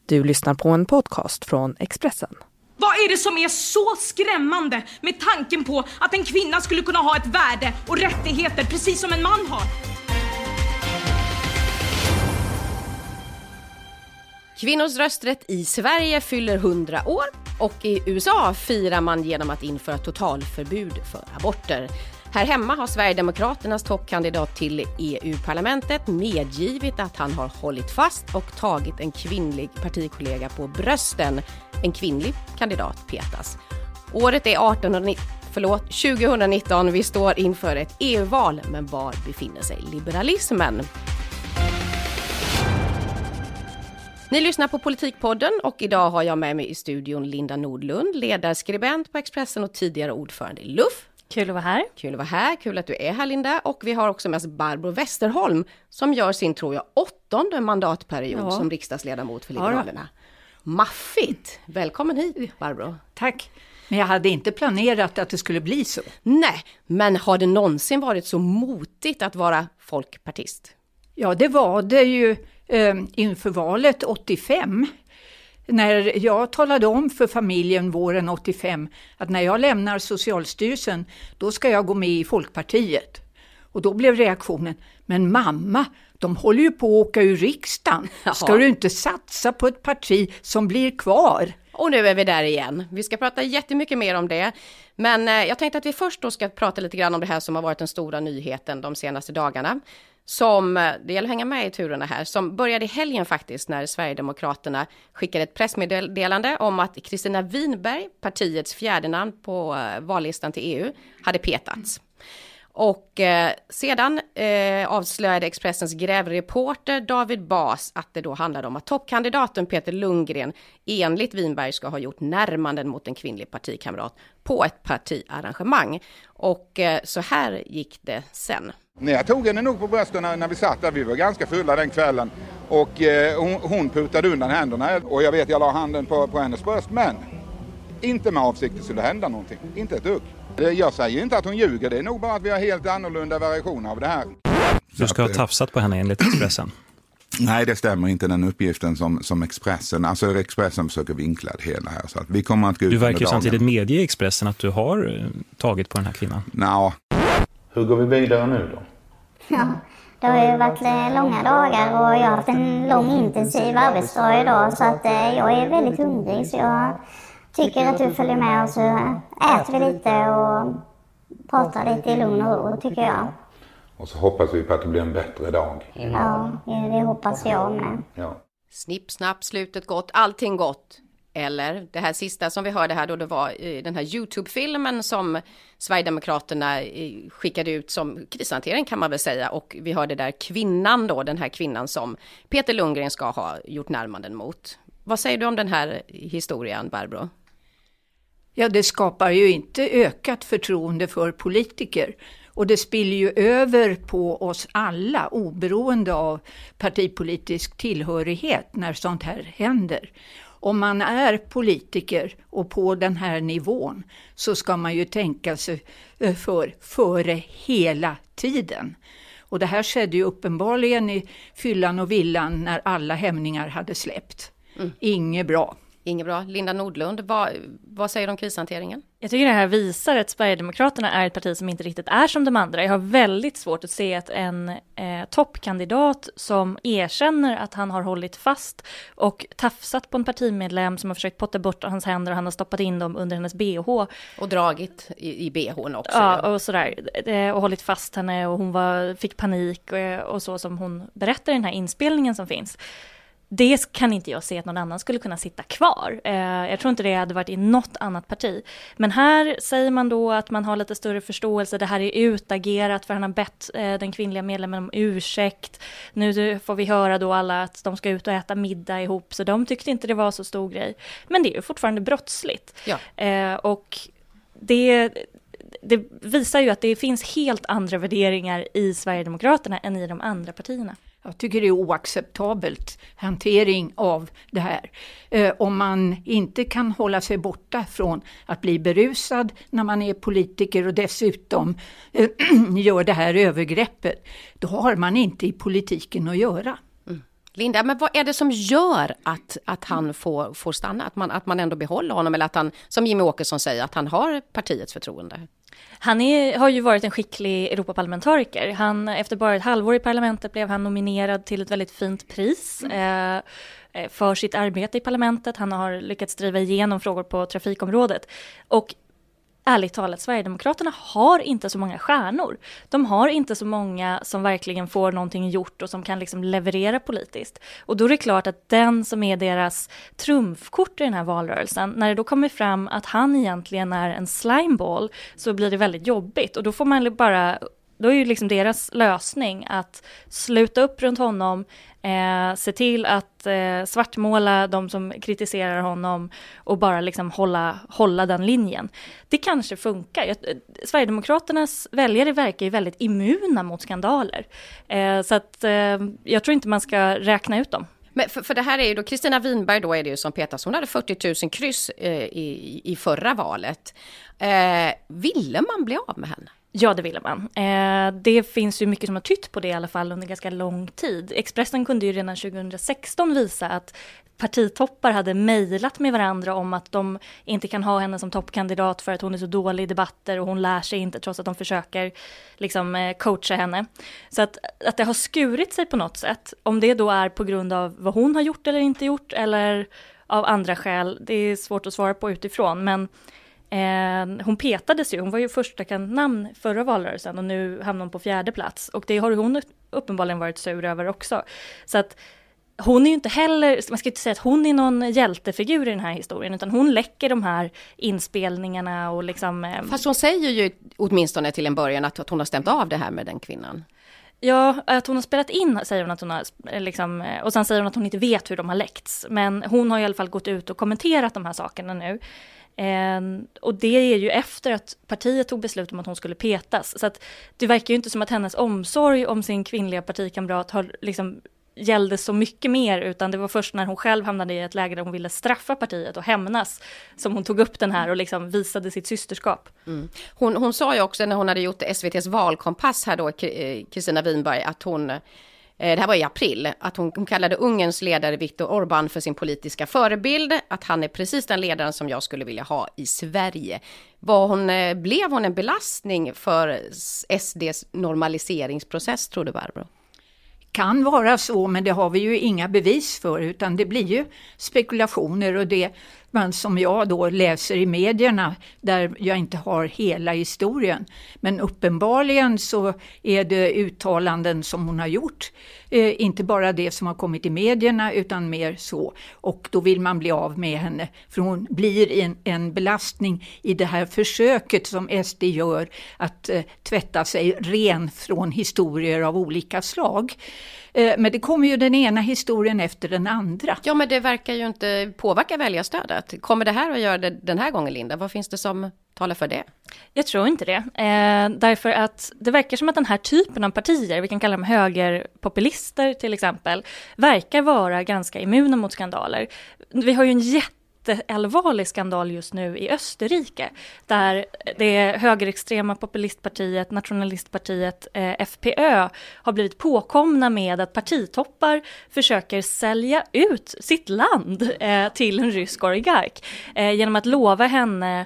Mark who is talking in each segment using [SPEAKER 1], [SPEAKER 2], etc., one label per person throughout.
[SPEAKER 1] Du lyssnar på en podcast från Expressen.
[SPEAKER 2] Vad är det som är så skrämmande med tanken på att en kvinna skulle kunna ha ett värde och rättigheter precis som en man har?
[SPEAKER 3] Kvinnors rösträtt i Sverige fyller 100 år och i USA firar man genom att införa totalförbud för aborter. Här hemma har Sverigedemokraternas toppkandidat till EU-parlamentet medgivit att han har hållit fast och tagit en kvinnlig partikollega på brösten. En kvinnlig kandidat petas. Året är 2019. Vi står inför ett EU-val, men var befinner sig liberalismen? Ni lyssnar på Politikpodden och idag har jag med mig i studion Linda Nordlund, ledarskribent på Expressen och tidigare ordförande i LUF.
[SPEAKER 4] Kul att vara här.
[SPEAKER 3] Kul att vara här, kul att du är här Linda. Och vi har också med oss Barbro Westerholm som gör sin, tror jag, 8:e mandatperiod som riksdagsledamot för Liberalerna. Maffigt! Välkommen hit Barbro.
[SPEAKER 5] Tack. Men jag hade inte planerat att det skulle bli så.
[SPEAKER 3] Nej, men har det någonsin varit så motigt att vara folkpartist?
[SPEAKER 5] Ja, det var det ju inför valet 85. När jag talade om för familjen våren 85 att när jag lämnar Socialstyrelsen då ska jag gå med i Folkpartiet. Och då blev reaktionen, men mamma, de håller ju på att åka ur riksdagen. Ska du inte satsa på ett parti som blir kvar?
[SPEAKER 3] Och nu är vi där igen. Vi ska prata jättemycket mer om det. Men jag tänkte att vi först då ska prata lite grann om det här som har varit den stora nyheten de senaste dagarna. Det gäller att hänga med i turerna här, som började i helgen faktiskt när Sverigedemokraterna skickade ett pressmeddelande om att Kristina Winberg, partiets fjärde namn på vallistan till EU, hade petats. Och sedan avslöjade Expressens grävreporter David Bas att det då handlade om att toppkandidaten Peter Lundgren enligt Winberg ska ha gjort närmanden mot en kvinnlig partikamrat på ett partiarrangemang. Och så här gick det sen.
[SPEAKER 6] Nej, jag tog henne nog på brösten när vi satt där. Vi var ganska fulla den kvällen. Och hon putade undan händerna. Och jag vet, jag la handen på hennes bröst. Men inte med avsikt att det skulle hända någonting. Inte ett dugg. Jag säger inte att hon ljuger. Det är nog bara att vi har helt annorlunda versioner av det här.
[SPEAKER 7] Du ska ha tafsat på henne enligt Expressen.
[SPEAKER 6] Nej, det stämmer inte, den uppgiften som Expressen. Alltså Expressen försöker vinkla det hela här. Så att vi kommer att gå ut.
[SPEAKER 7] Du verkar ju samtidigt medge i Expressen att du har tagit på den här kvinnan.
[SPEAKER 6] Nå. Hur går vi vidare nu då?
[SPEAKER 8] Ja, det har ju varit långa dagar och jag har haft en lång intensiv arbetsdag idag så att jag är väldigt hungrig så jag tycker att du följer med och så äter vi lite och pratar lite i lugn och ro tycker jag.
[SPEAKER 6] Och så hoppas vi på att det blir en bättre dag.
[SPEAKER 8] Ja, det hoppas jag med.
[SPEAKER 6] Ja.
[SPEAKER 3] Snipp, snapp, slutet gott, allting gott. Eller det här sista som vi hörde här då, det var den här YouTube-filmen som Sverigedemokraterna skickade ut som krishantering kan man väl säga. Och vi hörde där kvinnan då, den här kvinnan som Peter Lundgren ska ha gjort närmanden mot. Vad säger du om den här historien, Barbro?
[SPEAKER 5] Ja, det skapar ju inte ökat förtroende för politiker. Och det spiller ju över på oss alla oberoende av partipolitisk tillhörighet när sånt här händer. Om man är politiker och på den här nivån så ska man ju tänka sig före hela tiden. Och det här skedde ju uppenbarligen i fyllan och villan när alla hämningar hade släppt. Inget bra.
[SPEAKER 3] Inget bra. Linda Nordlund, vad säger du om krishanteringen?
[SPEAKER 4] Jag tycker det här visar att Sverigedemokraterna är ett parti som inte riktigt är som de andra. Jag har väldigt svårt att se att en toppkandidat som erkänner att han har hållit fast och tafsat på en partimedlem som har försökt potta bort hans händer och han har stoppat in dem under hennes BH.
[SPEAKER 3] Och dragit i BH:n också.
[SPEAKER 4] Ja, och sådär. Och hållit fast henne och hon fick panik och så som hon berättar i den här inspelningen som finns. Det kan inte jag se att någon annan skulle kunna sitta kvar. Jag tror inte det hade varit i något annat parti. Men här säger man då att man har lite större förståelse. Det här är utagerat för han har bett den kvinnliga medlemmen om ursäkt. Nu får vi höra då alla att de ska ut och äta middag ihop. Så de tyckte inte det var så stor grej. Men det är ju fortfarande brottsligt. Ja. Och det visar ju att det finns helt andra värderingar i Sverigedemokraterna än i de andra partierna.
[SPEAKER 5] Jag tycker det är oacceptabelt hantering av det här. Om man inte kan hålla sig borta från att bli berusad när man är politiker och dessutom gör det här övergreppet, då har man inte i politiken att göra.
[SPEAKER 3] Linda, men vad är det som gör att han får stanna? Att man ändå behåller honom, eller att han, som Jimmie Åkesson säger, att han har partiets förtroende?
[SPEAKER 4] Han har ju varit en skicklig Europaparlamentariker. Efter bara ett halvår i parlamentet blev han nominerad till ett väldigt fint pris för sitt arbete i parlamentet. Han har lyckats driva igenom frågor på trafikområdet. Och ärligt talat, Sverigedemokraterna har inte så många stjärnor. De har inte så många som verkligen får någonting gjort och som kan liksom leverera politiskt. Och då är det klart att den som är deras trumfkort i den här valrörelsen, när det då kommer fram att han egentligen är en slimeball, så blir det väldigt jobbigt. Och då får man bara... Då är ju liksom deras lösning att sluta upp runt honom, se till att svartmåla de som kritiserar honom och bara liksom hålla den linjen. Det kanske funkar. Sverigedemokraternas väljare verkar ju väldigt immuna mot skandaler. Så att jag tror inte man ska räkna ut dem.
[SPEAKER 3] Men för det här är ju då, Kristina Winberg då är det ju som petas, hon hade 40 000 kryss i förra valet. Ville man bli av med henne?
[SPEAKER 4] Ja, det ville man. Det finns ju mycket som har tytt på det i alla fall under ganska lång tid. Expressen kunde ju redan 2016 visa att partitoppar hade mejlat med varandra om att de inte kan ha henne som toppkandidat för att hon är så dålig i debatter och hon lär sig inte trots att de försöker liksom coacha henne. Så att det har skurit sig på något sätt. Om det då är på grund av vad hon har gjort eller inte gjort eller av andra skäl, det är svårt att svara på utifrån. Men hon petades ju, hon var ju första namn förra valrörelsen och nu hamnar hon på 4:e plats. Och det har hon uppenbarligen varit sur över också. Så att hon är ju inte heller, man ska inte säga att hon är någon hjältefigur i den här historien, utan hon läcker de här inspelningarna och liksom...
[SPEAKER 3] Fast hon säger ju åtminstone till en början att hon har stämt av det här med den kvinnan.
[SPEAKER 4] Ja, att hon har spelat in säger hon att hon har liksom, och sen säger hon att hon inte vet hur de har läckts. Men hon har i alla fall gått ut och kommenterat de här sakerna nu. Och det är ju efter att partiet tog beslut om att hon skulle petas. Så att det verkar ju inte som att hennes omsorg om sin kvinnliga partikamrat har liksom gällde så mycket mer, utan det var först när hon själv hamnade i ett läge där hon ville straffa partiet och hämnas som hon tog upp den här och liksom visade sitt systerskap.
[SPEAKER 3] Mm. Hon sa ju också när hon hade gjort SVT:s valkompass här då, Kristina Winberg, att hon, det här var i april, att hon kallade Ungerns ledare Viktor Orbán för sin politiska förebild, att han är precis den ledaren som jag skulle vilja ha i Sverige. Blev hon en belastning för SDs normaliseringsprocess, tror du, Barbro?
[SPEAKER 5] Kan vara så, men det har vi ju inga bevis för, utan det blir ju spekulationer och det som jag då läser i medierna där jag inte har hela historien. Men uppenbarligen så är det uttalanden som hon har gjort, inte bara det som har kommit i medierna utan mer så. Och då vill man bli av med henne, för hon blir en belastning i det här försöket som SD gör att tvätta sig ren från historier av olika slag. Men det kommer ju den ena historien efter den andra.
[SPEAKER 3] Ja, men det verkar ju inte påverka väljarstödet. Kommer det här att göra det den här gången, Linda? Vad finns det som talar för det?
[SPEAKER 4] Jag tror inte det. Därför att det verkar som att den här typen av partier, vi kan kalla dem högerpopulister till exempel, verkar vara ganska immuna mot skandaler. Vi har ju en jätteallvarlig skandal just nu i Österrike där det högerextrema populistpartiet, nationalistpartiet FPÖ har blivit påkomna med att partitoppar försöker sälja ut sitt land till en rysk oligark genom att lova henne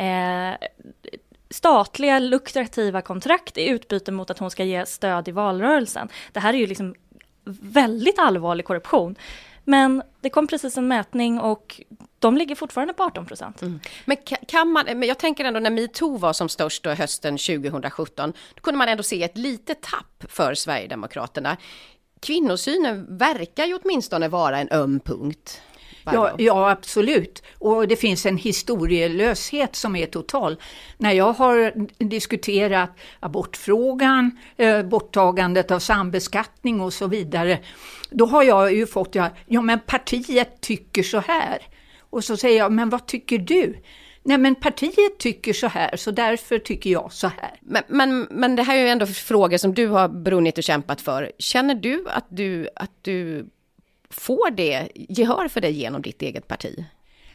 [SPEAKER 4] statliga lukrativa kontrakt i utbyte mot att hon ska ge stöd i valrörelsen. Det här är ju liksom väldigt allvarlig korruption. Men det kom precis en mätning och de ligger fortfarande på 18%.
[SPEAKER 3] Mm. Men jag tänker ändå när MeToo var som störst då hösten 2017, då kunde man ändå se ett litet tapp för Sverigedemokraterna. Kvinnosynen verkar ju åtminstone vara en öm punkt.
[SPEAKER 5] Ja, absolut. Och det finns en historielöshet som är total. När jag har diskuterat abortfrågan, borttagandet av sambeskattning och så vidare, då har jag ju fått, ja men partiet tycker så här. Och så säger jag, men vad tycker du? Nej, men partiet tycker så här, så därför tycker jag så här.
[SPEAKER 3] Men det här är ju ändå frågor som du har brunnit och kämpat för. Känner du att du får det gehör för det genom ditt eget parti?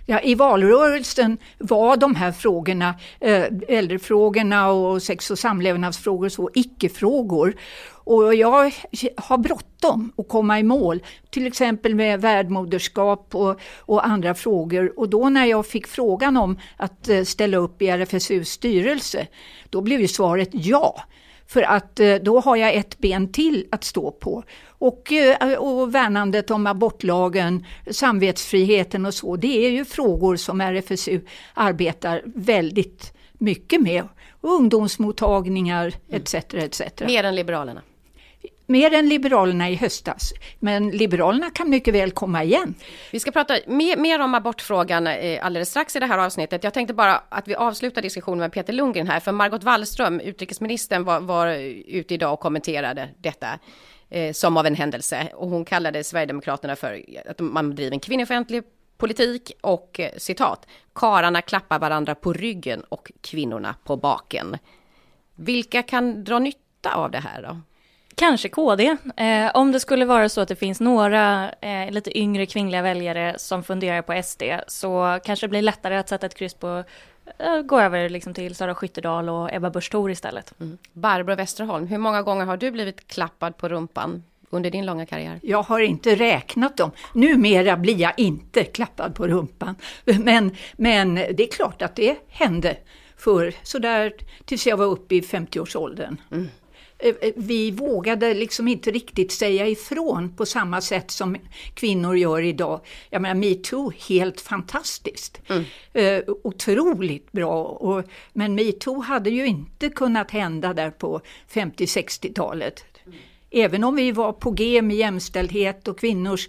[SPEAKER 5] Ja, i valrörelsen var de här frågorna, äldrefrågorna och sex- och samlevnadsfrågor så icke-frågor. Och jag har bråttom att komma i mål, till exempel med värdmoderskap och andra frågor. Och då när jag fick frågan om att ställa upp i RFSUs styrelse, då blev ju svaret ja. För att då har jag ett ben till att stå på. Och värnandet om abortlagen, samvetsfriheten och så, det är ju frågor som RFSU arbetar väldigt mycket med. Och ungdomsmottagningar etc. etc.
[SPEAKER 3] Mer än Liberalerna?
[SPEAKER 5] Mer än Liberalerna i höstas. Men Liberalerna kan mycket väl komma igen.
[SPEAKER 3] Vi ska prata mer om abortfrågan alldeles strax i det här avsnittet. Jag tänkte bara att vi avslutar diskussionen med Peter Lundgren här. För Margot Wallström, utrikesministern, var ute idag och kommenterade detta som av en händelse. Och hon kallade Sverigedemokraterna för att man bedriver en kvinnofientlig politik och citat, karlarna klappar varandra på ryggen och kvinnorna på baken. Vilka kan dra nytta av det här då?
[SPEAKER 4] Kanske KD. Om det skulle vara så att det finns några lite yngre kvinnliga väljare som funderar på SD, så kanske det blir lättare att sätta ett kryss på, gå över liksom till Sara Skyttedal och Ebba Busch Thor istället.
[SPEAKER 3] Barbro Westerholm, hur många gånger har du blivit klappad på rumpan under din långa karriär?
[SPEAKER 5] Jag har inte räknat dem. Numera blir jag inte klappad på rumpan. Men det är klart att det hände för sådär tills jag var uppe i 50-årsåldern. Vi vågade liksom inte riktigt säga ifrån på samma sätt som kvinnor gör idag. Jag menar, MeToo, helt fantastiskt. Otroligt bra. Men MeToo hade ju inte kunnat hända där på 50-60-talet. Även om vi var på G med jämställdhet och kvinnors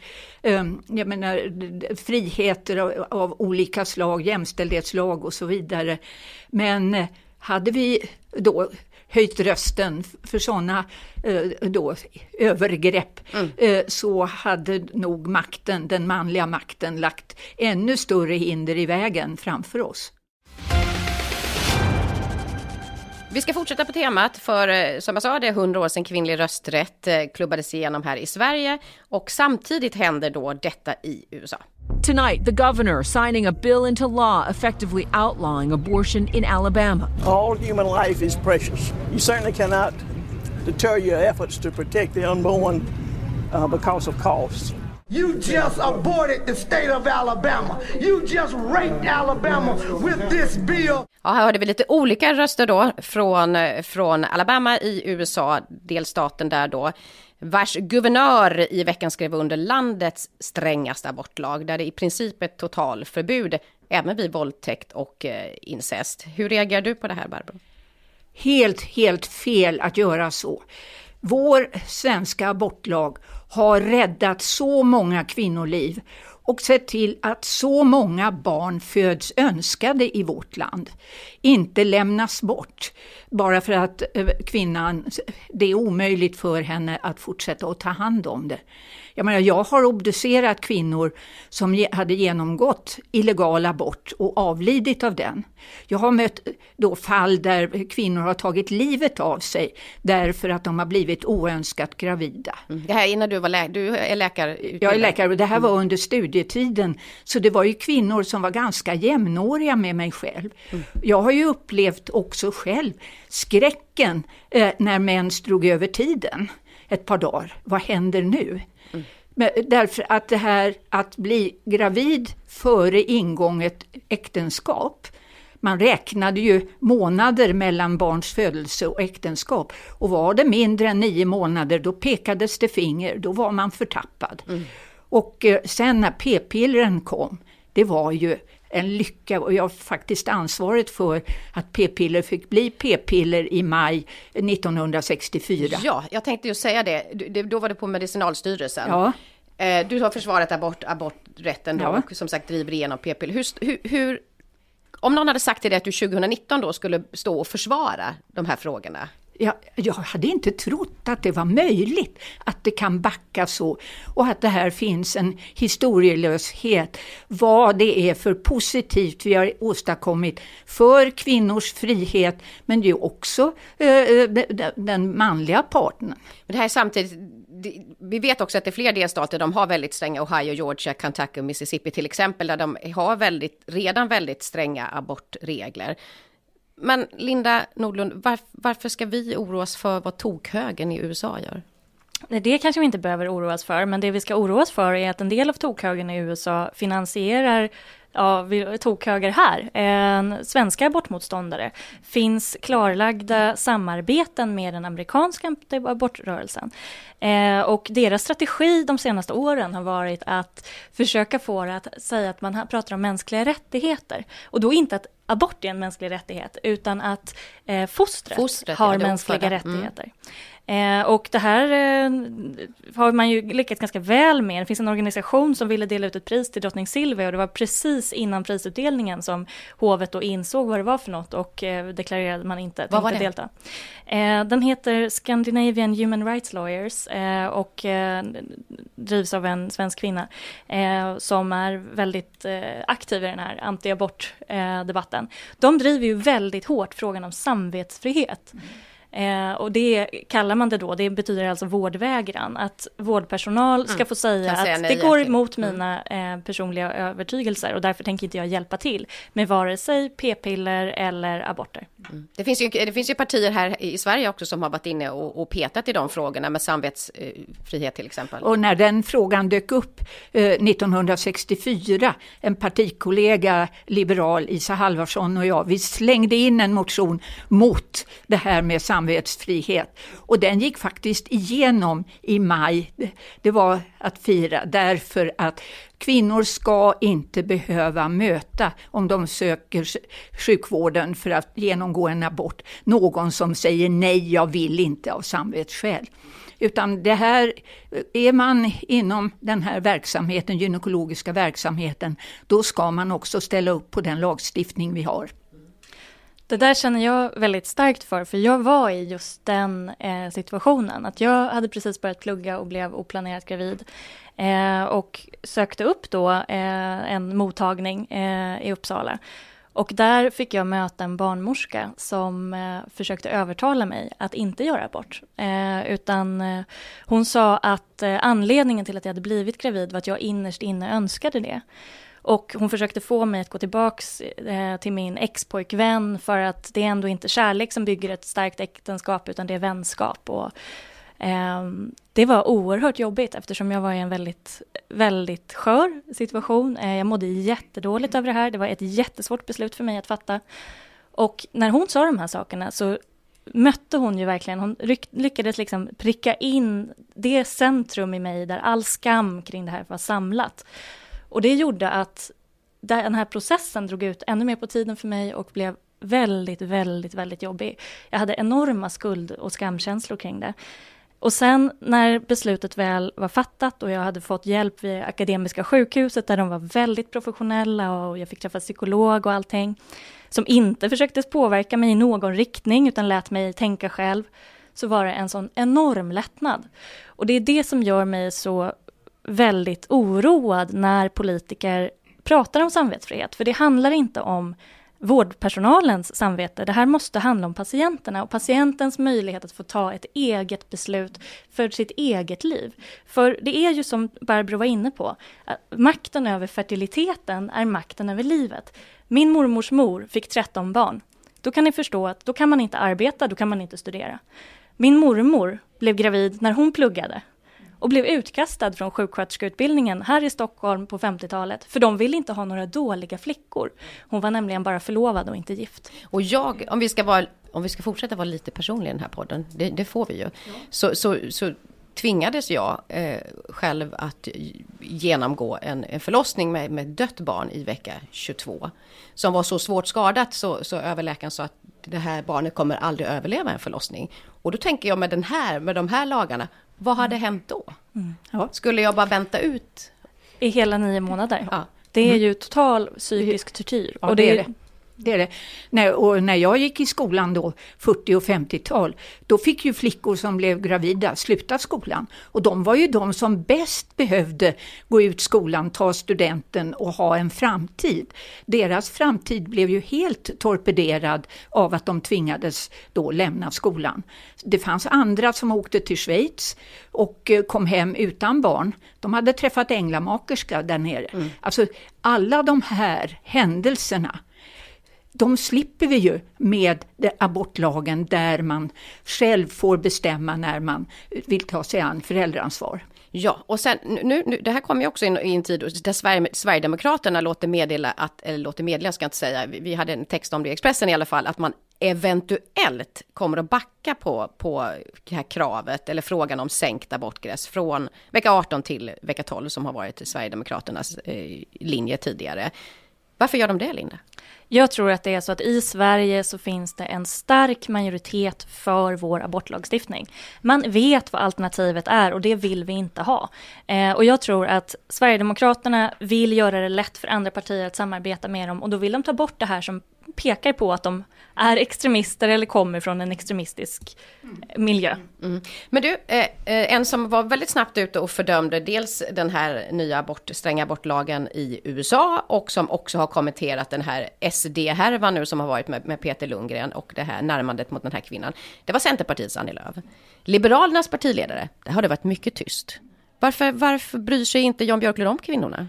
[SPEAKER 5] friheter av olika slag, jämställdhetslag och så vidare. Men hade vi då höjt rösten för sådana övergrepp så hade nog makten, den manliga makten, lagt ännu större hinder i vägen framför oss.
[SPEAKER 3] Vi ska fortsätta på temat för, som jag sa, det är 100 år sedan kvinnlig rösträtt klubbades igenom här i Sverige och samtidigt händer då detta i USA.
[SPEAKER 9] Tonight, the governor signing a bill into law effectively outlawing abortion in Alabama.
[SPEAKER 10] All human life is precious. You certainly cannot deter your efforts to protect the unborn because of cost.
[SPEAKER 11] You just aborted the state of Alabama. You just raped Alabama with this bill.
[SPEAKER 3] Ja, här hörde vi lite olika röster då från Alabama i USA, delstaten där då, vars guvernör i veckan skrev under landets strängaste abortlag, där det i princip är totalförbud även vid våldtäkt och incest. Hur reagerar du på det här, Barbro?
[SPEAKER 5] Helt fel att göra så. Vår svenska abortlag har räddat så många kvinnoliv och sett till att så många barn föds önskade i vårt land. Inte lämnas bort bara för att kvinnan, det är omöjligt för henne att fortsätta att ta hand om det. Jag har obducerat kvinnor som hade genomgått illegal abort och avlidit av den. Jag har mött då fall där kvinnor har tagit livet av sig därför att de har blivit oönskat gravida.
[SPEAKER 3] Det här innan du var du är läkare?
[SPEAKER 5] Jag är läkare och det här var under studietiden. Så det var ju kvinnor som var ganska jämnåriga med mig själv. Jag har ju upplevt också själv skräcken när män drog över tiden ett par dagar. Vad händer nu? Men därför att det här att bli gravid före ingånget äktenskap, man räknade ju månader mellan barns födelse och äktenskap, och var det mindre än 9 månader då pekades det finger, då var man förtappad. Och sen när p-pillren kom, det var ju en lycka, och jag har faktiskt ansvaret för att p-piller fick bli p-piller i maj 1964.
[SPEAKER 3] Ja, jag tänkte ju säga det. Då var det på Medicinalstyrelsen.
[SPEAKER 5] Ja.
[SPEAKER 3] Du har försvarat aborträtten då, och som sagt driver igenom p-piller. Hur, om någon hade sagt till dig att du 2019 då skulle stå och försvara de här frågorna?
[SPEAKER 5] Jag hade inte trott att det var möjligt att det kan backa så, och att det här finns en historielöshet. Vad det är för positivt vi har åstadkommit för kvinnors frihet, men det är också den manliga partnern.
[SPEAKER 3] Men det här är samtidigt, vi vet också att det är fler delstater, de har väldigt stränga, Ohio, Georgia, Kentucky och Mississippi till exempel, där de har redan väldigt stränga abortregler. Men Linda Nordlund, varför ska vi oroas för vad tokhögern i USA gör?
[SPEAKER 4] Det kanske vi inte behöver oroas för, men det vi ska oroas för är att en del av tokhögern i USA finansierar tokhöger här. Svenska abortmotståndare. Finns klarlagda samarbeten med den amerikanska abortrörelsen. Och deras strategi de senaste åren har varit att försöka få det att säga att man pratar om mänskliga rättigheter. Och då inte att abort är en mänsklig rättighet, utan att fostret har mänskliga rättigheter. Och det här har man ju lyckats ganska väl med. Det finns en organisation som ville dela ut ett pris till drottning Silvia, och det var precis innan prisutdelningen som hovet då insåg vad det var för något och deklarerade man inte tänkte delta. Den heter Scandinavian Human Rights Lawyers och drivs av en svensk kvinna som är väldigt aktiv i den här anti-abort-debatten. De driver ju väldigt hårt frågan om samvetsfrihet. Och det kallar man det då, det betyder alltså vårdvägran, att vårdpersonal ska få säga att det går emot mina personliga övertygelser och därför tänker inte jag hjälpa till med vare sig p-piller eller aborter.
[SPEAKER 3] Det finns ju partier här i Sverige också som har varit inne och petat i de frågorna med samvetsfrihet till exempel.
[SPEAKER 5] Och när den frågan dök upp 1964, en partikollega, liberal, Isa Halvarsson och jag, vi slängde in en motion mot det här med samvetsfrihet. Och den gick faktiskt igenom i maj. Det var att fira därför att kvinnor ska inte behöva möta, om de söker sjukvården för att genomgå en abort, någon som säger nej, jag vill inte av samvetsskäl. Utan det här, är man inom den här verksamheten, gynekologiska verksamheten, då ska man också ställa upp på den lagstiftning vi har.
[SPEAKER 4] Det där känner jag väldigt starkt för jag var i just den situationen. Att jag hade precis börjat plugga och blev oplanerat gravid. Och sökte upp då en mottagning i Uppsala. Och där fick jag möta en barnmorska som försökte övertala mig att inte göra abort. Utan hon sa att anledningen till att jag hade blivit gravid var att jag innerst inne önskade det. Och hon försökte få mig att gå tillbaks till min ex-pojkvän för att det är ändå inte kärlek som bygger ett starkt äktenskap utan det är vänskap. Och, det var oerhört jobbigt eftersom jag var i en väldigt, väldigt skör situation. Jag mådde jättedåligt över det här. Det var ett jättesvårt beslut för mig att fatta. Och när hon sa de här sakerna så mötte hon ju verkligen, hon lyckades liksom pricka in det centrum i mig där all skam kring det här var samlat. Och det gjorde att den här processen drog ut ännu mer på tiden för mig och blev väldigt, väldigt, väldigt jobbig. Jag hade enorma skuld- och skamkänslor kring det. Och sen när beslutet väl var fattat och jag hade fått hjälp vid Akademiska sjukhuset där de var väldigt professionella och jag fick träffa psykolog och allting som inte försökte påverka mig i någon riktning utan lät mig tänka själv, så var det en sån enorm lättnad. Och det är det som gör mig så väldigt oroad när politiker pratar om samvetsfrihet. För det handlar inte om vårdpersonalens samvete. Det här måste handla om patienterna och patientens möjlighet att få ta ett eget beslut för sitt eget liv. För det är ju som Barbro var inne på, att makten över fertiliteten är makten över livet. Min mormors mor fick 13 barn. Då kan ni förstå att då kan man inte arbeta, då kan man inte studera. Min mormor blev gravid när hon pluggade och blev utkastad från sjuksköterskeutbildningen här i Stockholm på 50-talet. För de ville inte ha några dåliga flickor. Hon var nämligen bara förlovad och inte gift.
[SPEAKER 3] Och om vi ska fortsätta vara lite personlig i den här podden, det får vi ju. Ja. Så tvingades jag själv att genomgå en förlossning med dött barn i vecka 22. Som var så svårt skadat så överläkaren sa att det här barnet kommer aldrig överleva en förlossning. Och då tänker jag med de här lagarna, vad hade hänt då? Ja. Skulle jag bara vänta ut?
[SPEAKER 4] I hela 9 månader. Ja. Det är ju total psykisk tortyr.
[SPEAKER 5] Ja,
[SPEAKER 4] och
[SPEAKER 5] det är det. Det är det. Och när jag gick i skolan då, 40- och 50-tal, då fick ju flickor som blev gravida sluta skolan. Och de var ju de som bäst behövde gå ut skolan, ta studenten och ha en framtid. Deras framtid blev ju helt torpederad av att de tvingades då lämna skolan. Det fanns andra som åkte till Schweiz och kom hem utan barn. De hade träffat änglamakerska där nere. Alltså alla de här händelserna, de slipper vi ju med abortlagen där man själv får bestämma när man vill ta sig an föräldraansvar.
[SPEAKER 3] Ja, och sen nu det här kommer ju också in i en tid där Sverigedemokraterna låter meddela, ska jag inte säga, vi hade en text om det i Expressen i alla fall, att man eventuellt kommer att backa på det här kravet eller frågan om sänkt abortgräns från vecka 18 till vecka 12 som har varit Sverigedemokraternas linje tidigare. Varför gör de det, Linda?
[SPEAKER 4] Jag tror att det är så att i Sverige så finns det en stark majoritet för vår abortlagstiftning. Man vet vad alternativet är och det vill vi inte ha. Och jag tror att Sverigedemokraterna vill göra det lätt för andra partier att samarbeta med dem och då vill de ta bort det här som pekar på att de är extremister eller kommer från en extremistisk miljö.
[SPEAKER 3] Men du, en som var väldigt snabbt ute och fördömde dels den här nya stränga abortlagen i USA och som också har kommenterat den här SD-härvan nu som har varit med Peter Lundgren och det här närmandet mot den här kvinnan. Det var Centerpartiets Annie Lööf. Liberalernas partiledare, det har det varit mycket tyst. Varför bryr sig inte Jan Björklund om kvinnorna?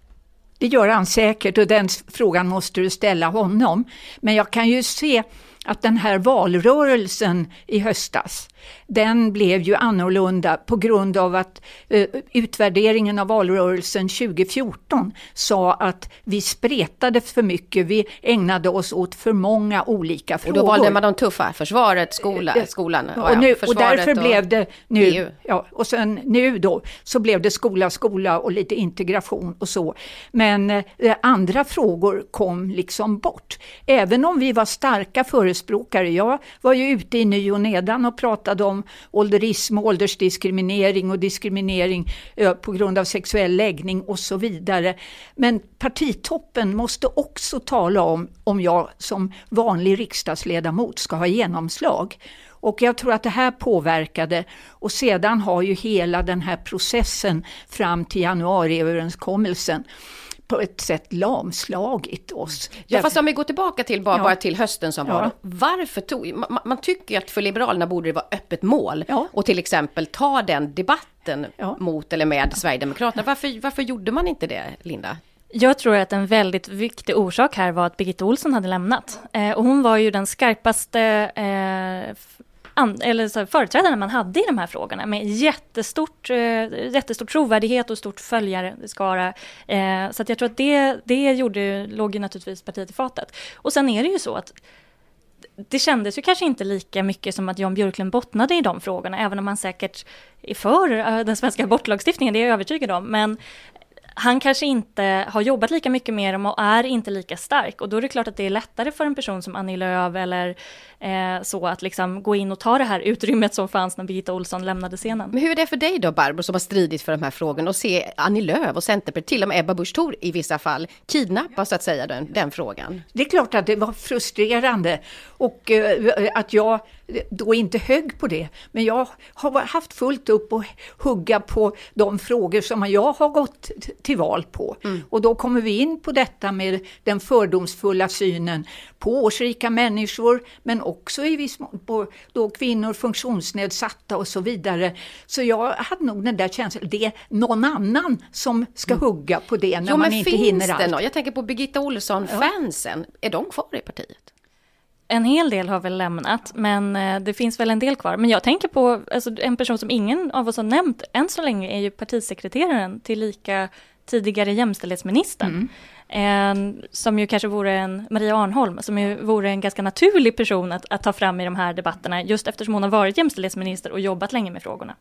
[SPEAKER 5] Det gör han säkert och den frågan måste du ställa honom. Men jag kan ju se att den här valrörelsen i höstas, den blev ju annorlunda på grund av att utvärderingen av valrörelsen 2014 sa att vi spretade för mycket, vi ägnade oss åt för många olika frågor.
[SPEAKER 3] Och då valde man de tuffa, försvaret, skolan.
[SPEAKER 5] Och därför blev det nu, EU. Ja, och sen nu då så blev det skola och lite integration och så. Men andra frågor kom liksom bort. Även om vi var starka förespråkare, jag var ju ute i Ny och Nedan och pratade om ålderism, åldersdiskriminering och diskriminering på grund av sexuell läggning och så vidare. Men partitoppen måste också tala om jag som vanlig riksdagsledamot ska ha genomslag. Och jag tror att det här påverkade och sedan har ju hela den här processen fram till januariöverenskommelsen på ett sätt lamslagit oss.
[SPEAKER 3] Ja, fast om vi går tillbaka till bara till hösten som var. Varför man tycker att för Liberalerna borde det vara öppet mål och till exempel ta den debatten mot eller med Sverigedemokraterna. Varför gjorde man inte det, Linda?
[SPEAKER 4] Jag tror att en väldigt viktig orsak här var att Birgitta Ohlsson hade lämnat. Och hon var ju den skarpaste företrädaren man hade i de här frågorna med jättestor trovärdighet och stort följarskara. Så att jag tror att det låg ju naturligtvis partiet i fatet. Och sen är det ju så att det kändes ju kanske inte lika mycket som att Jan Björklund bottnade i de frågorna, även om han säkert är för den svenska abortlagstiftningen, det är jag övertygad om. Men han kanske inte har jobbat lika mycket med dem och är inte lika stark. Och då är det klart att det är lättare för en person som Annie Lööf eller så att liksom gå in och ta det här utrymmet som fanns när Birgitta Ohlsson lämnade scenen.
[SPEAKER 3] Men hur är det för dig då, Barbro, som har stridit för de här frågorna och se Annie Lööf och Centerpartiet, till och med Ebba Busch Thor i vissa fall, kidnappa så att säga den frågan?
[SPEAKER 5] Det är klart att det var frustrerande och att jag då inte högg på det. Men jag har haft fullt upp och hugga på de frågor som jag har gått till val på. Och då kommer vi in på detta med den fördomsfulla synen på årsrika människor, men också i viss mån på då kvinnor, funktionsnedsatta och så vidare. Så jag hade nog den där känslan, det är någon annan som ska hugga på det när man inte hinner allt.
[SPEAKER 3] Jag tänker på Birgitta Ohlsson-fansen. Är de kvar i partiet?
[SPEAKER 4] En hel del har väl lämnat, men det finns väl en del kvar. Men jag tänker på en person som ingen av oss har nämnt än så länge är ju partisekreteraren till lika tidigare jämställdhetsministern. Som ju kanske vore en Maria Arnholm, som ju vore en ganska naturlig person att ta fram i de här debatterna, just eftersom hon har varit jämställdhetsminister och jobbat länge med frågorna.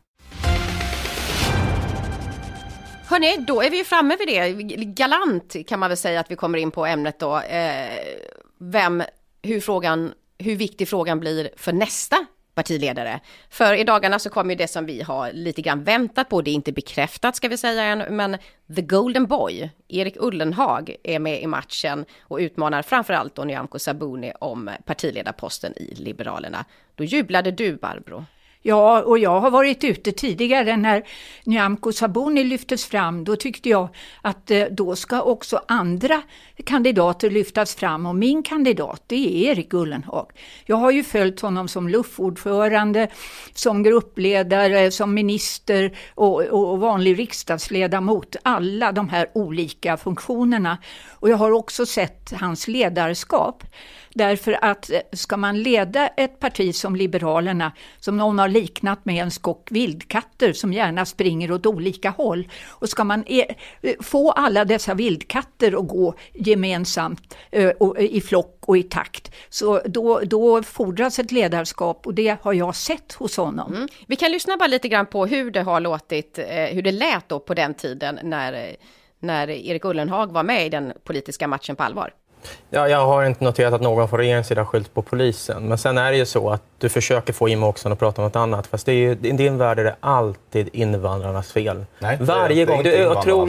[SPEAKER 3] Hörrni, då är vi ju framme vid det. Galant kan man väl säga att vi kommer in på ämnet då. Hur viktig frågan blir för nästa partiledare. För i dagarna så kommer ju det som vi har lite grann väntat på, det är inte bekräftat ska vi säga än, men The Golden Boy, Erik Ullenhag, är med i matchen och utmanar framförallt då Nyamko Sabuni om partiledarposten i Liberalerna. Då jublade du, Barbro.
[SPEAKER 5] Ja, och jag har varit ute tidigare när Nyamko Sabuni lyftes fram. Då tyckte jag att då ska också andra kandidater lyftas fram. Och min kandidat, det är Erik Ullenhag. Jag har ju följt honom som luftordförande, som gruppledare, som minister och vanlig riksdagsledamot. Alla de här olika funktionerna. Och jag har också sett hans ledarskap. Därför att ska man leda ett parti som Liberalerna, som någon har liknat med en skock vildkatter som gärna springer åt olika håll, och ska man få alla dessa vildkatter att gå gemensamt i flock och i takt, så då fordras ett ledarskap, och det har jag sett hos honom.
[SPEAKER 3] Vi kan lyssna bara lite grann på hur det har låtit, hur det lät då på den tiden när Erik Ullenhag var med i den politiska matchen på allvar.
[SPEAKER 12] Ja, jag har inte noterat att någon från regeringens sida skyllt på polisen. Men sen är det ju så att du försöker få Jimmie Åkesson att prata om något annat. Fast i din värld är det alltid invandrarnas fel. Nej, varje gång. Du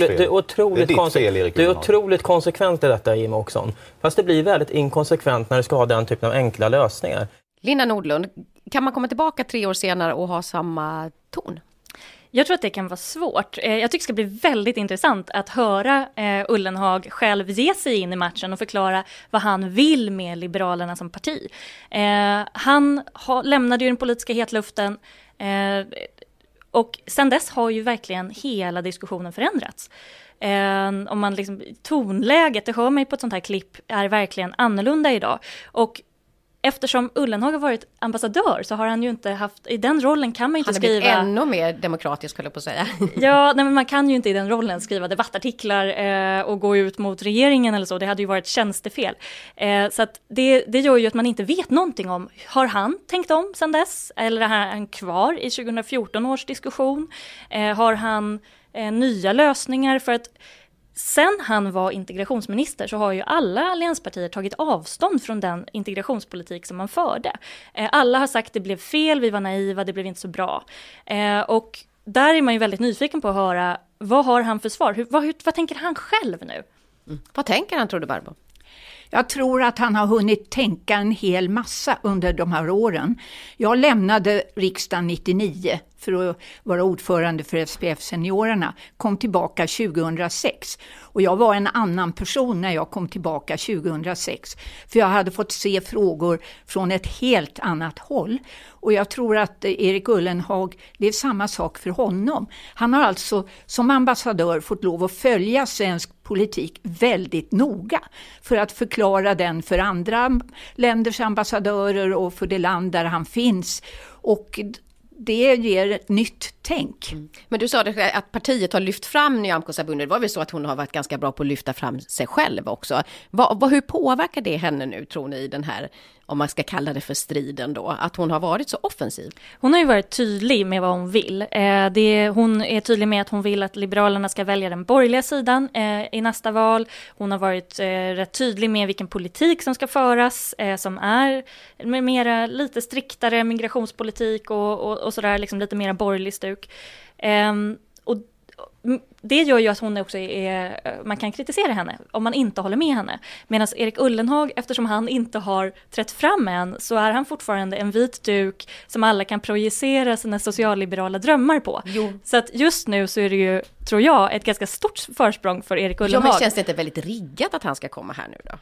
[SPEAKER 12] är otroligt konsekvent i detta, Jimmie Åkesson. Fast det blir väldigt inkonsekvent när du ska ha den typen av enkla lösningar.
[SPEAKER 3] Linda Nordlund, kan man komma tillbaka 3 år senare och ha samma ton?
[SPEAKER 4] Jag tror att det kan vara svårt. Jag tycker det ska bli väldigt intressant att höra Ullenhag själv ge sig in i matchen och förklara vad han vill med Liberalerna som parti. Han lämnade ju den politiska hetluften och sen dess har ju verkligen hela diskussionen förändrats. Om man liksom, tonläget, det hör mig på ett sånt här klipp, är verkligen annorlunda idag. Och eftersom Ullenhag har varit ambassadör så har han ju inte haft, i den rollen kan man ju inte skriva...
[SPEAKER 3] Han är ännu mer demokratisk, skulle jag på att säga.
[SPEAKER 4] Ja, nej, men man kan ju inte i den rollen skriva debattartiklar och gå ut mot regeringen eller så. Det hade ju varit tjänstefel. Så att det gör ju att man inte vet någonting om, har han tänkt om sedan dess? Eller är han kvar i 2014 års diskussion? Har han nya lösningar? För att sen han var integrationsminister så har ju alla allianspartier tagit avstånd från den integrationspolitik som man förde. Alla har sagt att det blev fel, vi var naiva, det blev inte så bra. Och där är man ju väldigt nyfiken på att höra, vad har han för svar? Vad tänker han själv nu?
[SPEAKER 3] Vad tänker han, tror du, Barbro?
[SPEAKER 5] Jag tror att han har hunnit tänka en hel massa under de här åren. Jag lämnade riksdagen 99 för att vara ordförande för SPF-seniorerna. Kom tillbaka 2006. Och jag var en annan person när jag kom tillbaka 2006. För jag hade fått se frågor från ett helt annat håll. Och jag tror att Erik Ullenhag, det är samma sak för honom. Han har alltså som ambassadör fått lov att följa svensk politik väldigt noga för att förklara den för andra länders ambassadörer och för det land där han finns. Och det ger ett nytt tänk.
[SPEAKER 3] Men du sa att partiet har lyft fram Nyamko Sabuni. Det var väl så att hon har varit ganska bra på att lyfta fram sig själv också. Hur påverkar det henne nu, tror ni, i den här, om man ska kalla det för striden då, att hon har varit så offensiv?
[SPEAKER 4] Hon har ju varit tydlig med vad hon vill. Hon är tydlig med att hon vill att Liberalerna ska välja den borgerliga sidan i nästa val. Hon har varit rätt tydlig med vilken politik som ska föras, som är med mera lite striktare migrationspolitik och sådär, liksom lite mera borgerlig stuk. Och det gör ju att hon också man kan kritisera henne om man inte håller med henne. Medan Erik Ullenhag, eftersom han inte har trätt fram än, så är han fortfarande en vit duk som alla kan projicera sina socialliberala drömmar på. Jo. Så att just nu så är det ju, tror jag, ett ganska stort försprång för Erik Ullenhag.
[SPEAKER 3] Ja, men känns det inte väldigt riggat att han ska komma här nu då?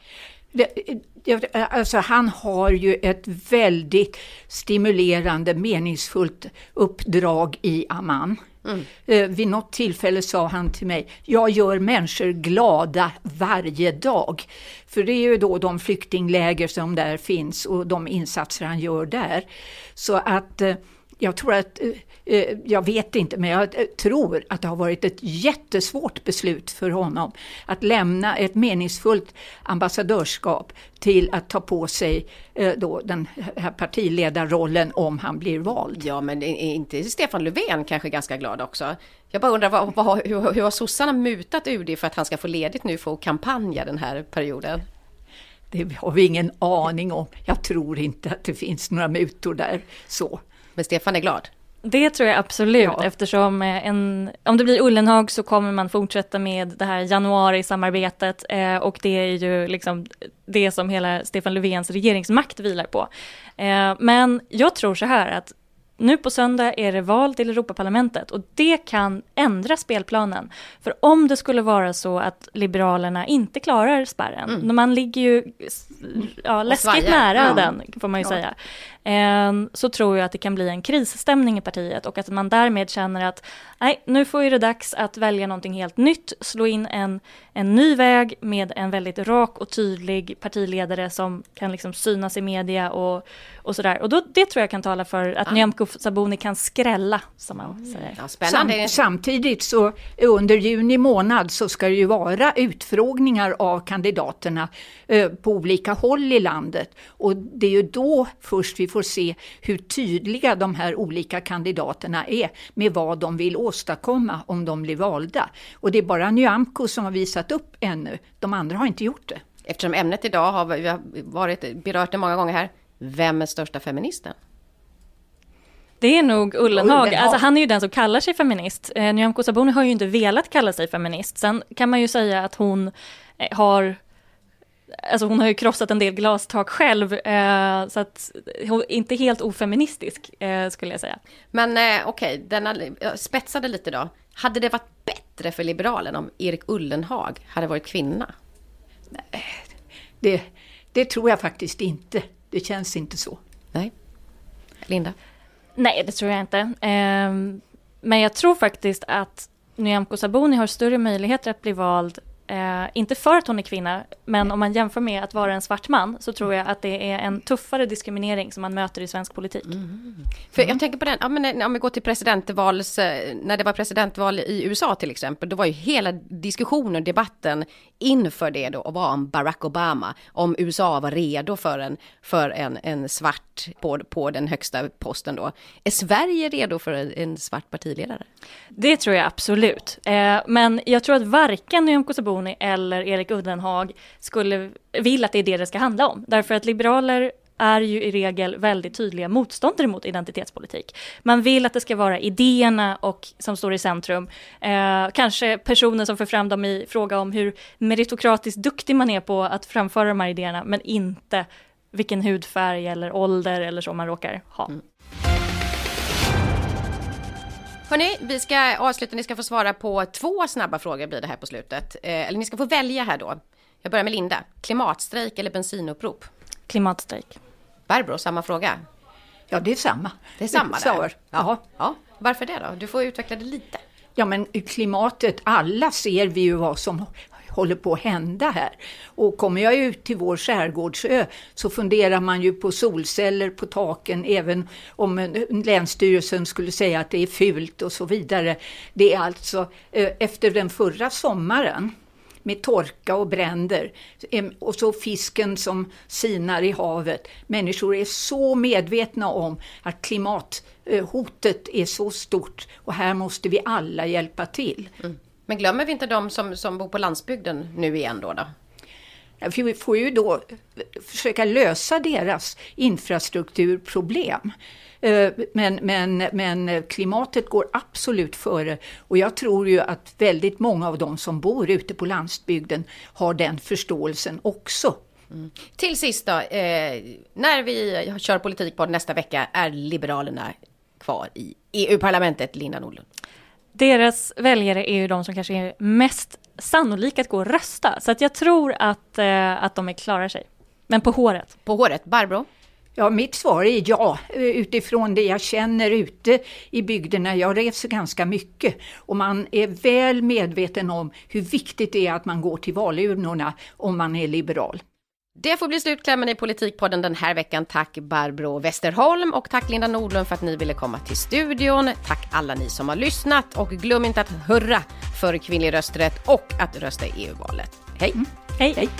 [SPEAKER 5] Alltså han har ju ett väldigt stimulerande, meningsfullt uppdrag i Amman. Vid något tillfälle sa han till mig, jag gör människor glada varje dag. För det är ju då de flyktingläger som där finns och de insatser han gör där. Så att jag tror att, jag vet inte, men jag tror att det har varit ett jättesvårt beslut för honom att lämna ett meningsfullt ambassadörskap till att ta på sig då den här partiledarrollen om han blir vald.
[SPEAKER 3] Ja, men är inte Stefan Löfven kanske ganska glad också? Jag bara undrar, hur har sossarna mutat UD för att han ska få ledigt nu för att kampanja den här perioden?
[SPEAKER 5] Det har vi ingen aning om. Jag tror inte att det finns några mutor där. Så.
[SPEAKER 3] Men Stefan är glad?
[SPEAKER 4] Det tror jag absolut, eftersom om det blir Ullenhag så kommer man fortsätta med det här januari-samarbetet och det är ju liksom det som hela Stefan Löfvens regeringsmakt vilar på. Men jag tror så här att nu på söndag är det val till Europaparlamentet och det kan ändra spelplanen. För om det skulle vara så att Liberalerna inte klarar spärren, man ligger ju läskigt nära den får man ju säga, så tror jag att det kan bli en krisstämning i partiet och att man därmed känner att nu får ju det dags att välja någonting helt nytt, slå in en ny väg med en väldigt rak och tydlig partiledare som kan liksom synas i media och sådär. Och det tror jag kan tala för att Nyamko Sabuni kan skrälla, som man säger.
[SPEAKER 3] Ja, spännande.
[SPEAKER 5] Samtidigt så under juni månad så ska det ju vara utfrågningar av kandidaterna på olika håll i landet. Och det är ju då först vi får se hur tydliga de här olika kandidaterna är med vad de vill åstadkomma om de blir valda. Och det är bara Nyamko som har visat upp ännu. De andra har inte gjort det.
[SPEAKER 3] Eftersom ämnet idag har berört det många gånger här. Vem är största feministen?
[SPEAKER 4] Det är nog Ullenhag. Alltså, han är ju den som kallar sig feminist. Nyamko Sabuni har ju inte velat kalla sig feminist. Sen kan man ju säga att hon har ju krossat en del glastak själv. Så att hon är inte helt ofeministisk skulle jag säga.
[SPEAKER 3] Men okej, jag spetsade lite då. Hade det varit bättre för Liberalen om Erik Ullenhag hade varit kvinna?
[SPEAKER 5] Nej, det tror jag faktiskt inte. Det känns inte så.
[SPEAKER 3] Nej. Linda?
[SPEAKER 4] Nej, det tror jag inte. Men jag tror faktiskt att Nyamko Sabuni har större möjligheter att bli vald. Inte för att hon är kvinna, men om man jämför med att vara en svart man så tror jag att det är en tuffare diskriminering som man möter i svensk politik.
[SPEAKER 3] För jag tänker på den, om vi går till när det var presidentval i USA till exempel, då var ju hela diskussionen och debatten inför det då och var om Barack Obama, om USA var redo för en svart på den högsta posten då. Är Sverige redo för en svart partiledare?
[SPEAKER 4] Det tror jag absolut. Men jag tror att varken Nyamko Sabuni eller Erik Ullenhag vill att det är det ska handla om. Därför att liberaler är ju i regel väldigt tydliga motståndare mot identitetspolitik. Man vill att det ska vara idéerna som står i centrum. Kanske personer som för fram dem i fråga om hur meritokratiskt duktig man är på att framföra de här idéerna, men inte vilken hudfärg eller ålder eller så man råkar ha.
[SPEAKER 3] Hörrni, vi ska avsluta. Ni ska få svara på 2 snabba frågor blir det här på slutet. Eller ni ska få välja här då. Jag börjar med Linda. Klimatstrejk eller bensinupprop?
[SPEAKER 4] Klimatstrejk.
[SPEAKER 3] Barbro, samma fråga.
[SPEAKER 5] Ja, det är samma.
[SPEAKER 3] Det är samma där.
[SPEAKER 5] Ja.
[SPEAKER 3] Varför det då? Du får utveckla det lite.
[SPEAKER 5] Ja, men klimatet, alla ser vi ju vad som håller på att hända här. Och kommer jag ut till vår skärgårdsö så funderar man ju på solceller på taken, även om länsstyrelsen skulle säga att det är fult och så vidare. Det är alltså efter den förra sommaren med torka och bränder och så fisken som sinar i havet. Människor är så medvetna om att klimathotet är så stort och här måste vi alla hjälpa till.
[SPEAKER 3] Men glömmer vi inte de som bor på landsbygden nu igen då?
[SPEAKER 5] Vi får ju då försöka lösa deras infrastrukturproblem. Men klimatet går absolut före och jag tror ju att väldigt många av de som bor ute på landsbygden har den förståelsen också.
[SPEAKER 3] Till sist då, när vi kör politik på nästa vecka är Liberalerna kvar i EU-parlamentet, Linda Nordlund.
[SPEAKER 4] Deras väljare är ju de som kanske är mest sannolika att gå och rösta. Så att jag tror att de klarar sig. Men på håret.
[SPEAKER 3] På håret. Barbro?
[SPEAKER 5] Ja, mitt svar är ja. Utifrån det jag känner ute i bygderna. Jag reser ganska mycket. Och man är väl medveten om hur viktigt det är att man går till valurnorna om man är liberal.
[SPEAKER 3] Det får bli slutklämmen i Politikpodden den här veckan. Tack Barbro Westerholm och tack Linda Nordlund för att ni ville komma till studion. Tack alla ni som har lyssnat och glöm inte att hurra för kvinnlig rösträtt och att rösta i EU-valet. Hej!
[SPEAKER 4] Hej!
[SPEAKER 5] Hej!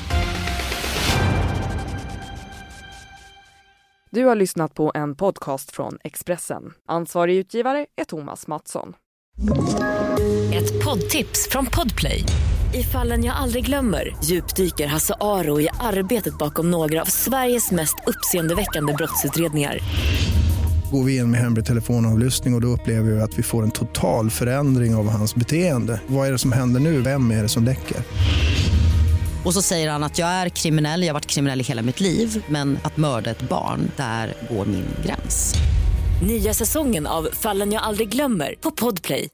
[SPEAKER 1] Du har lyssnat på en podcast från Expressen. Ansvarig utgivare är Thomas Mattsson.
[SPEAKER 13] Ett poddtips från Podplay. I Fallen jag aldrig glömmer djupdyker Hasse Aro i arbetet bakom några av Sveriges mest uppseendeväckande brottsutredningar.
[SPEAKER 14] Går vi in med hemlig telefonavlyssning och då upplever vi att vi får en total förändring av hans beteende. Vad är det som händer nu? Vem är det som läcker?
[SPEAKER 15] Och så säger han att jag är kriminell, jag har varit kriminell i hela mitt liv. Men att mörda ett barn, där går min gräns.
[SPEAKER 13] Nya säsongen av Fallen jag aldrig glömmer på Podplay.